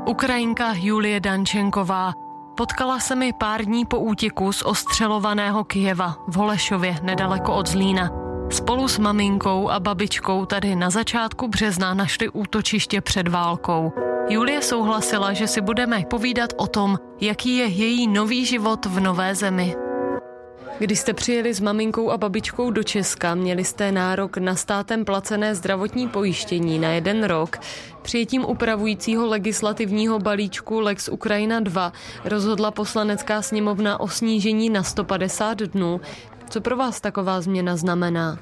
Ukrajinka Julie Dančenková. Potkala se mi pár dní po útěku z ostřelovaného Kyjeva v Holešově nedaleko od Zlína. Spolu s maminkou a babičkou tady na začátku března našli útočiště před válkou. Julie souhlasila, že si budeme povídat o tom, jaký je její nový život v nové zemi. Když jste přijeli s maminkou a babičkou do Česka, měli jste nárok na státem placené zdravotní pojištění na 1 rok. Přijetím upravujícího legislativního balíčku Lex Ukrajina 2 rozhodla poslanecká sněmovna o snížení na 150 dnů. Co pro vás taková změna znamená?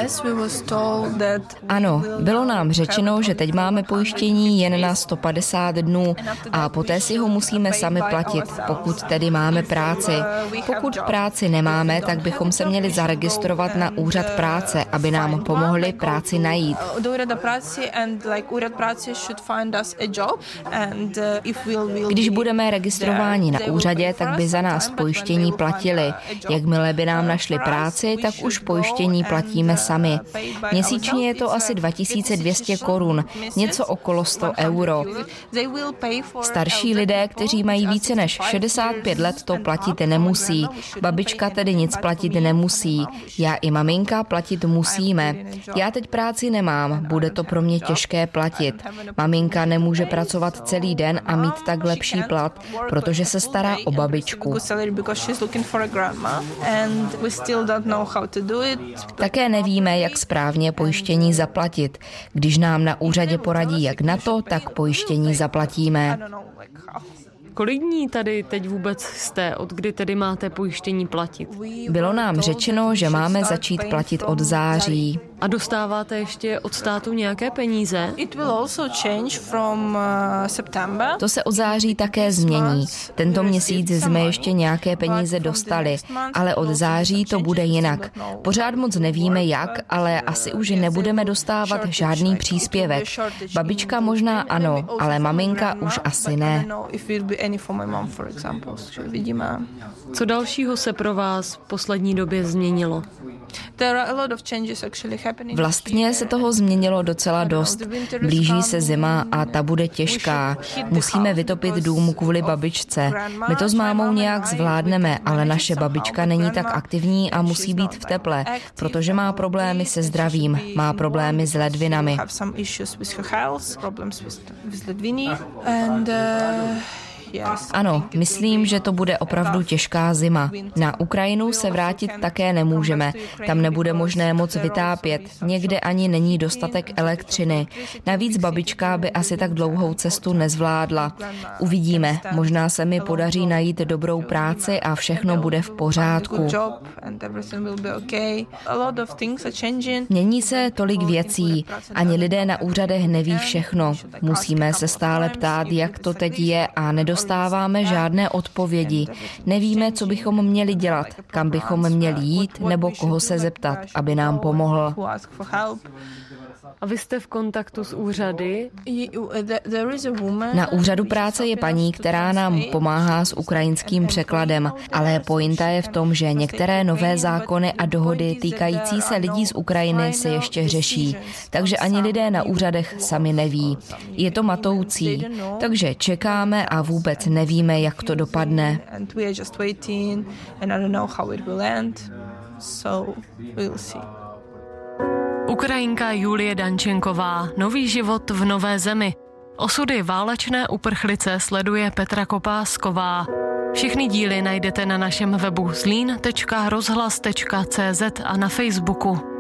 Ano, bylo nám řečeno, že teď máme pojištění jen na 150 dnů a poté si ho musíme sami platit, pokud tedy máme práci. Pokud práci nemáme, tak bychom se měli zaregistrovat na úřad práce, aby nám pomohli práci najít. Když budeme registrováni na úřadě, tak by za nás pojištění platili. Jakmile by nám našli práci, tak už pojištění platíme sami. Měsíčně je to asi 2200 korun, něco okolo 100 euro. Starší lidé, kteří mají více než 65 let, to platit nemusí. Babička tedy nic platit nemusí. Já i maminka platit musíme. Já teď práci nemám, bude to pro mě těžké platit. Maminka nemůže pracovat celý den a mít tak lepší plat, protože se stará o babičku. Také nevíme, jak správně pojištění zaplatit. Když nám na úřadě poradí, jak na to, tak pojištění zaplatíme. Kolik dní tady teď vůbec jste, od kdy tedy máte pojištění platit? Bylo nám řečeno, že máme začít platit od září. A dostáváte ještě od státu nějaké peníze? To se od září také změní. Tento měsíc jsme ještě nějaké peníze dostali, ale od září to bude jinak. Pořád moc nevíme jak, ale asi už nebudeme dostávat žádný příspěvek. Babička možná ano, ale maminka už asi ne. Co dalšího se pro vás v poslední době změnilo? Vlastně se toho změnilo docela dost. Blíží se zima a ta bude těžká. Musíme vytopit dům kvůli babičce. My to s mámou nějak zvládneme, ale naše babička není tak aktivní a musí být v teple, protože má problémy se zdravím, má problémy s ledvinami. Ano, myslím, že to bude opravdu těžká zima. Na Ukrajinu se vrátit také nemůžeme. Tam nebude možné moc vytápět. Někde ani není dostatek elektřiny. Navíc babička by asi tak dlouhou cestu nezvládla. Uvidíme. Možná se mi podaří najít dobrou práci a všechno bude v pořádku. Mění se tolik věcí. Ani lidé na úřadech neví všechno. Musíme se stále ptát, jak to teď je a nedostáváme žádné odpovědi. Nevíme, co bychom měli dělat, kam bychom měli jít nebo koho se zeptat, aby nám pomohl. A vy jste v kontaktu s úřady? Na úřadu práce je paní, která nám pomáhá s ukrajinským překladem, ale pointa je v tom, že některé nové zákony a dohody týkající se lidí z Ukrajiny se ještě řeší, takže ani lidé na úřadech sami neví. Je to matoucí, takže čekáme a vůbec nevíme, jak to dopadne. Ukrajinka Julie Dančenková, nový život v nové zemi. Osudy válečné uprchlice sleduje Petra Kopásková. Všechny díly najdete na našem webu zlin.rozhlas.cz a na Facebooku.